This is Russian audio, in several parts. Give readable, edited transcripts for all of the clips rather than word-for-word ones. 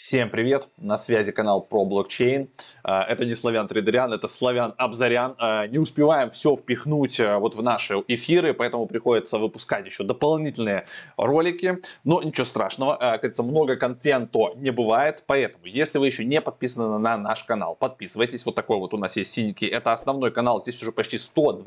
Всем привет, на связи канал про блокчейн. Это не Славян Трейдерян, это Славян Абзарян. Не успеваем все впихнуть вот в наши эфиры, поэтому приходится выпускать еще дополнительные ролики. Но ничего страшного, как говорится, много контента не бывает. Поэтому, если вы еще не подписаны на наш канал, подписывайтесь. Вот такой вот у нас есть синенький. Это основной канал, здесь уже почти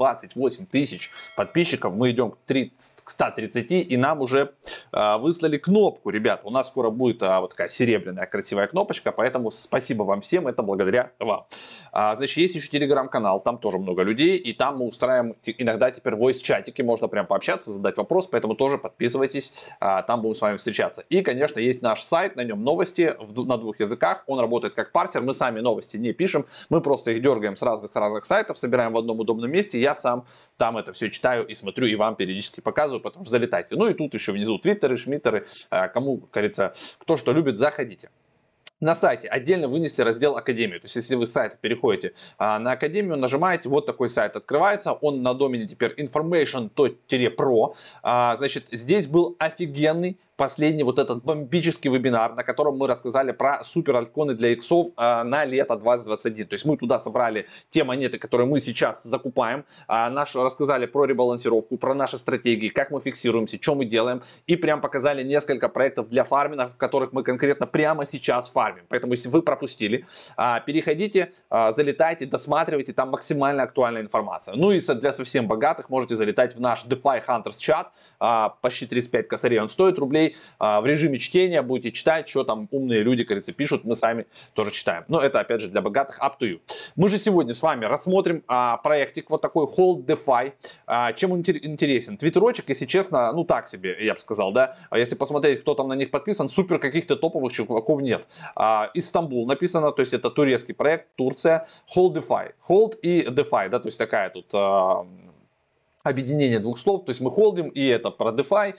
128 тысяч подписчиков. Мы идем к 130, и нам уже выслали кнопку. Ребята, у нас скоро будет вот такая серебряная красивая кнопочка, поэтому спасибо вам всем, это благодаря вам. Значит, есть еще телеграм-канал, там тоже много людей, и там мы устраиваем иногда теперь войс-чатики, можно прям пообщаться, задать вопрос, поэтому тоже подписывайтесь, там будем с вами встречаться. И, конечно, есть наш сайт, на нем новости на двух языках, он работает как парсер, мы сами новости не пишем, мы просто их дергаем с разных сайтов, собираем в одном удобном месте, я сам там это все читаю и смотрю, и вам периодически показываю, потому что залетайте. Ну и тут еще внизу твиттеры, шмиттеры, кому, как говорится, кто что любит, заходите. На сайте отдельно вынесли раздел Академию. То есть, если вы с сайта переходите на Академию, нажимаете, вот такой сайт открывается. Он на домене теперь information.pro. Значит, здесь был офигенный последний вот этот бомбический вебинар, на котором мы рассказали про супер альткоины для иксов на лето 2021. То есть мы туда собрали те монеты, которые мы сейчас закупаем, рассказали про ребалансировку, про наши стратегии, как мы фиксируемся, что мы делаем, и прям показали несколько проектов для фарминга, в которых мы конкретно прямо сейчас фармим. Поэтому если вы пропустили, переходите, залетайте, досматривайте, там максимально актуальная информация. Ну и для совсем богатых можете залетать в наш DeFi Hunters чат, почти 35 косарей он стоит рублей. В режиме чтения будете читать, что там умные люди, кажется, пишут, мы сами тоже читаем. Но это, опять же, для богатых, up to you. Мы же сегодня с вами рассмотрим проектик вот такой Hold DeFi. Чем он интересен? Твиттерочек, если честно, ну так себе, я бы сказал, да. Если посмотреть, кто там на них подписан, супер каких-то топовых чуваков нет. Истамбул написано, то есть это турецкий проект, Турция. Hold DeFi. Hold и DeFi, да, то есть такая тут объединение двух слов, то есть мы холдим, и это про DeFi.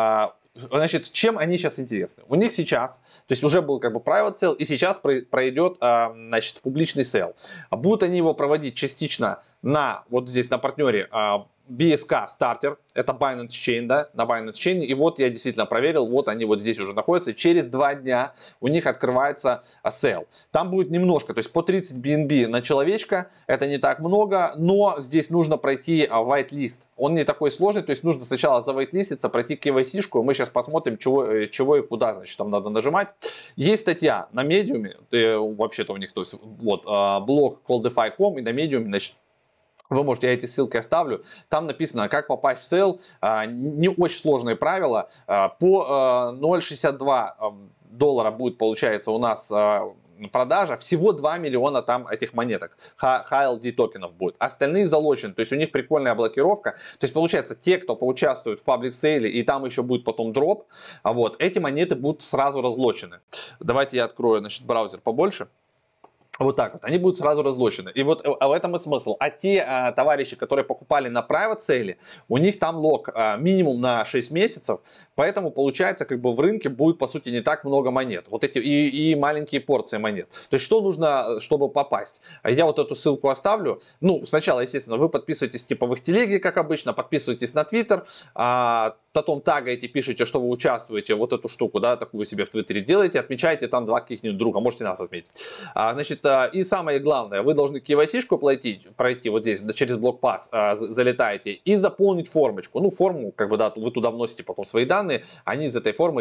Значит, чем они сейчас интересны? У них сейчас, то есть уже был как бы private sale, и сейчас пройдет, значит, публичный sale. Будут они его проводить частично вот здесь на партнере BSK Starter, это Binance Chain, да, на Binance Chain, и вот я действительно проверил, вот они вот здесь уже находятся, через 2 дня у них открывается sale. Там будет немножко, то есть по 30 BNB на человечка, это не так много, но здесь нужно пройти whitelist. Он не такой сложный, то есть нужно сначала завайтлиститься, пройти KYC-шку, мы сейчас посмотрим, чего и куда, значит, там надо нажимать. Есть статья на Medium, вообще-то у них, то есть вот блог calldefy.com, и на Medium, значит, вы можете, я эти ссылки оставлю, там написано, как попасть в сейл, не очень сложные правила, по 0,62 доллара будет, получается, у нас продажа, всего 2 миллиона там этих монеток, HLD токенов будет, остальные залочены, то есть у них прикольная блокировка, то есть получается, те, кто поучаствует в паблик сейле, и там еще будет потом дроп, вот, эти монеты будут сразу разлочены. Давайте я открою, значит, браузер побольше. Вот так вот, они будут сразу разлочены. И вот в этом и смысл. А те товарищи, которые покупали на private sale, у них там лог минимум на 6 месяцев, поэтому получается, как бы в рынке будет, по сути, не так много монет. Вот эти и маленькие порции монет. То есть, что нужно, чтобы попасть? Я вот эту ссылку оставлю. Ну, сначала, естественно, вы подписываетесь типа в их телеге, как обычно, подписывайтесь на Twitter, потом тагаете, пишите, что вы участвуете, вот эту штуку, да, такую себе в Твиттере делаете, отмечаете там 2 каких-нибудь друга, можете нас отметить. Значит, и самое главное, вы должны KYC-шку пройти вот здесь, через блокпасс залетаете и заполнить формочку. Ну, форму, как бы, да, вы туда вносите потом свои данные, они из этой формы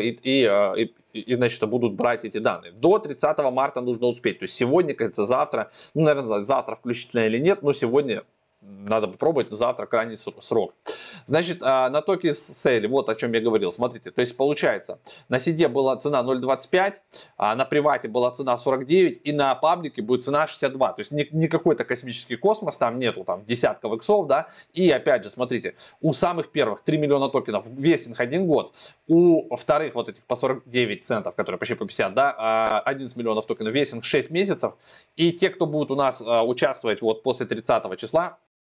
значит, будут брать эти данные. До 30 марта нужно успеть. То есть сегодня, кажется, завтра, ну, наверное, завтра включительно или нет, но сегодня надо попробовать, но завтра крайний срок. Значит, на токе сейле, вот о чем я говорил, смотрите, то есть получается, на сиде была цена 0.25, на привате была цена 49, и на паблике будет цена 62, то есть не какой-то космический космос, там нету там десятков иксов, да, и опять же, смотрите, у самых первых 3 миллиона токенов весинг 1 год, у вторых вот этих по 49 центов, которые почти по 50, да, 11 миллионов токенов весинг 6 месяцев, и те, кто будут у нас участвовать вот после 30 числа,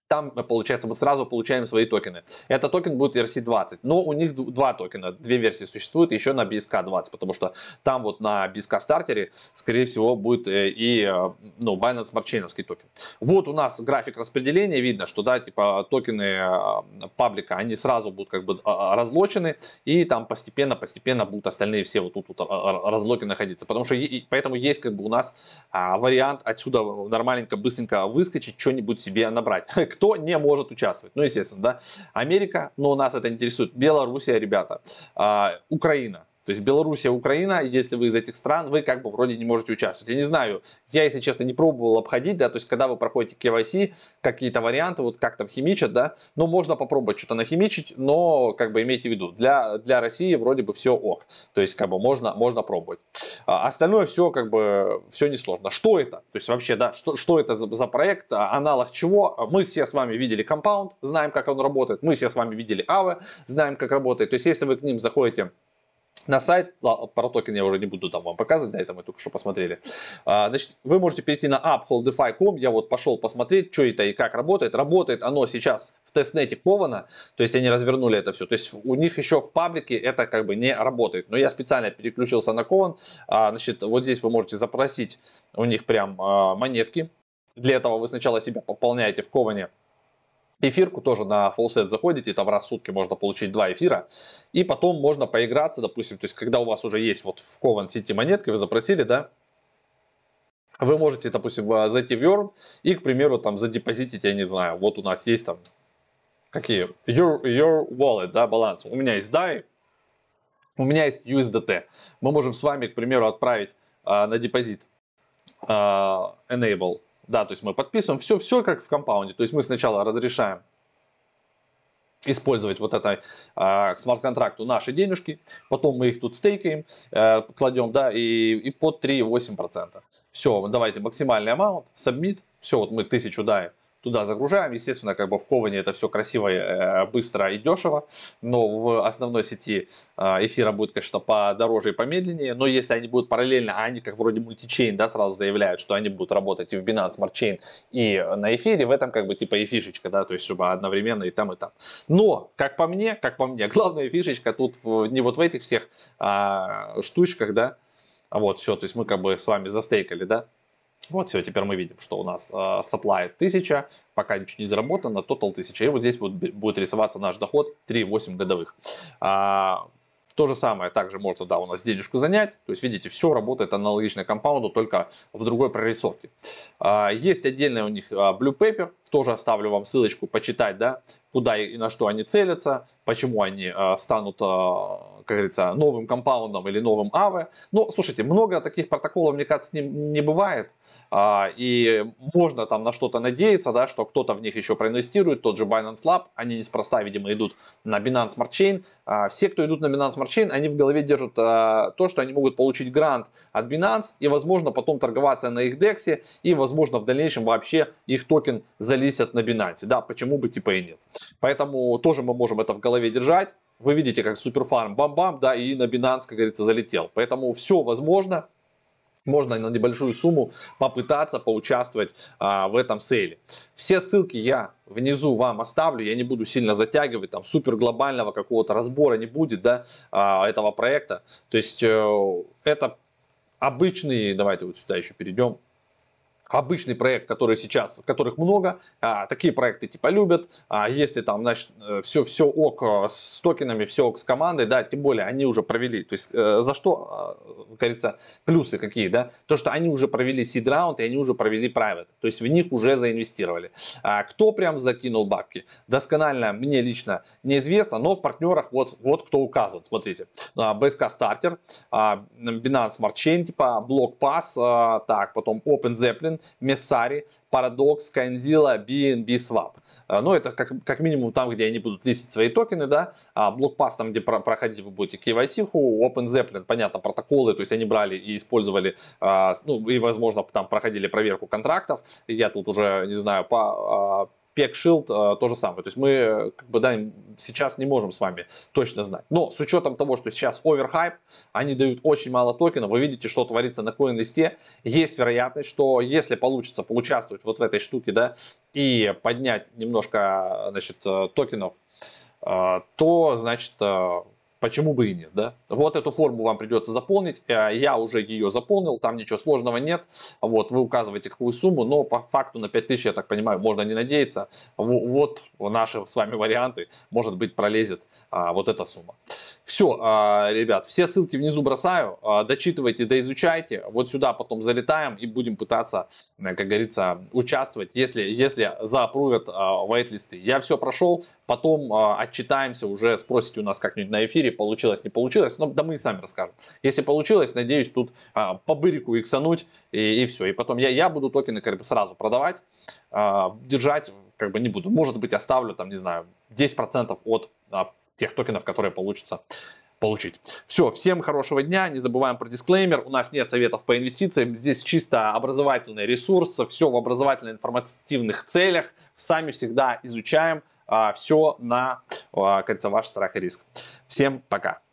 там, получается, мы сразу получаем свои токены. Этот токен будет ERC-20, но у них два токена, две версии существуют, еще на BSK-20, потому что там вот на BSK стартере, скорее всего, будет и Binance Smart Chain токен. Вот у нас график распределения, видно, что, да, типа токены паблика, они сразу будут как бы разлочены, и там постепенно будут остальные все вот тут вот разлоки находиться, потому что поэтому есть как бы у нас вариант отсюда нормальненько, быстренько выскочить, что-нибудь себе набрать. Кто не может участвовать? Ну, естественно, да. Америка, но нас это интересует. Белоруссия, ребята. Украина. То есть Белоруссия, Украина, если вы из этих стран, вы как бы вроде не можете участвовать. Я не знаю, я, если честно, не пробовал обходить, да, то есть когда вы проходите KYC, какие-то варианты, вот как там химичат, да, ну, можно попробовать что-то нахимичить, но, как бы, имейте в виду, для России вроде бы все ок, то есть, как бы, можно пробовать. Остальное все, как бы, все несложно. Что это? То есть, вообще, да, что это за проект, аналог чего? Мы все с вами видели Compound, знаем, как он работает, мы все с вами видели Aave, знаем, как работает, то есть, если вы к ним заходите на сайт, про токен я уже не буду там вам показывать, да, это мы только что посмотрели. Значит, вы можете перейти на upholddefy.com, я вот пошел посмотреть, что это и как работает. Работает оно сейчас в тестнете Кована, то есть они развернули это все. То есть у них еще в паблике это как бы не работает. Но я специально переключился на Кован. Значит, вот здесь вы можете запросить у них прям монетки. Для этого вы сначала себя пополняете в Коване. Эфирку тоже на Fallset заходите, там раз в сутки можно получить 2 эфира, и потом можно поиграться, допустим, то есть когда у вас уже есть вот в Covan City монетки, вы запросили, да, вы можете, допустим, зайти в Earn и, к примеру, там задепозитить, я не знаю, вот у нас есть там, какие, your wallet, да, баланс, у меня есть DAI, у меня есть USDT, мы можем с вами, к примеру, отправить на депозит enable. Да, то есть мы подписываем все как в компаунде. То есть мы сначала разрешаем использовать вот это к смарт-контракту наши денежки, потом мы их тут стейкаем, кладем, да, и под 3,8%. Все, давайте максимальный амаунт, submit, все, вот мы 1000 даем, туда загружаем. Естественно, как бы в Коване это все красиво, быстро и дешево, но в основной сети эфира будет, конечно, подороже и помедленнее. Но если они будут параллельно, а они как вроде мультичейн, да, сразу заявляют, что они будут работать и в Binance Smart Chain, и на эфире, в этом как бы типа и фишечка, да, то есть чтобы одновременно и там, и там. Но, как по мне, главная фишечка тут не вот в этих всех штучках, да, вот все, то есть мы как бы с вами застейкали, да. Вот все, теперь мы видим, что у нас supply 1000, пока ничего не заработано, total 1000. И вот здесь будет рисоваться наш доход 3,8 годовых. То же самое также можно, да, у нас денежку занять. То есть, видите, все работает аналогично компаунду, только в другой прорисовке. Есть отдельный у них Blue Paper, тоже оставлю вам ссылочку почитать, да, куда и на что они целятся, почему они станут, как говорится, новым компаундом или новым Aave. Ну, слушайте, много таких протоколов, мне кажется, не бывает. И можно там на что-то надеяться, да, что кто-то в них еще проинвестирует. Тот же Binance Lab, они неспроста, видимо, идут на Binance Smart Chain. Все, кто идут на Binance Smart Chain, они в голове держат то, что они могут получить грант от Binance и, возможно, потом торговаться на их DEX, и, возможно, в дальнейшем вообще их токен залисят на Binance. Да, почему бы типа и нет. Поэтому тоже мы можем это в голове держать. Вы видите, как суперфарм бам-бам, да, и на Binance, как говорится, залетел. Поэтому все возможно. Можно на небольшую сумму попытаться поучаствовать в этом сейле. Все ссылки я внизу вам оставлю. Я не буду сильно затягивать. Там супер глобального какого-то разбора не будет, да, этого проекта. То есть это обычный, давайте вот сюда еще перейдем. Обычный проект, который сейчас, которых много, такие проекты типа любят, если там, значит, все ок с токенами, все ок с командой, да, тем более они уже провели, то есть за что, как говорится, плюсы какие, да, то, что они уже провели seed раунд и они уже провели private, то есть в них уже заинвестировали. Кто прям закинул бабки, досконально мне лично неизвестно, но в партнерах вот кто указан, смотрите, BSK Starter, Binance Smart Chain, типа BlockPass, так, потом OpenZeppelin, Messari, Paradox, Skyzilla, BNB Swap. Ну, это как минимум там, где они будут листить свои токены, да. BlockPass, там, где проходить вы будете KYC, OpenZeppelin, понятно, протоколы, то есть они брали и использовали, ну, и, возможно, там проходили проверку контрактов. Я тут уже, не знаю, Spec Shield то же самое. То есть мы как бы, да, сейчас не можем с вами точно знать. Но с учетом того, что сейчас оверхайп, они дают очень мало токенов, вы видите, что творится на CoinList, есть вероятность, что если получится поучаствовать вот в этой штуке, да, и поднять немножко, значит, токенов, то, значит, почему бы и нет, да? Вот эту форму вам придется заполнить, я уже ее заполнил, там ничего сложного нет, вот, вы указываете какую сумму, но по факту на 5000, я так понимаю, можно не надеяться, вот наши с вами варианты, может быть, пролезет вот эта сумма. Все, ребят, все ссылки внизу бросаю, дочитывайте, доизучайте, вот сюда потом залетаем и будем пытаться, как говорится, участвовать, если заапрувят вайт-листы. Я все прошел, потом отчитаемся, уже спросите у нас как-нибудь на эфире, получилось, не получилось, но да мы и сами расскажем. Если получилось, надеюсь, тут по бырику иксануть и все. И потом я буду токены как бы сразу продавать, держать как бы не буду. Может быть, оставлю там, не знаю, 10% от тех токенов, которые получится получить. Все, всем хорошего дня, не забываем про дисклеймер, у нас нет советов по инвестициям, здесь чисто образовательный ресурс, все в образовательно-информативных целях, сами всегда изучаем, все на, как говорится, ваш страх и риск. Всем пока.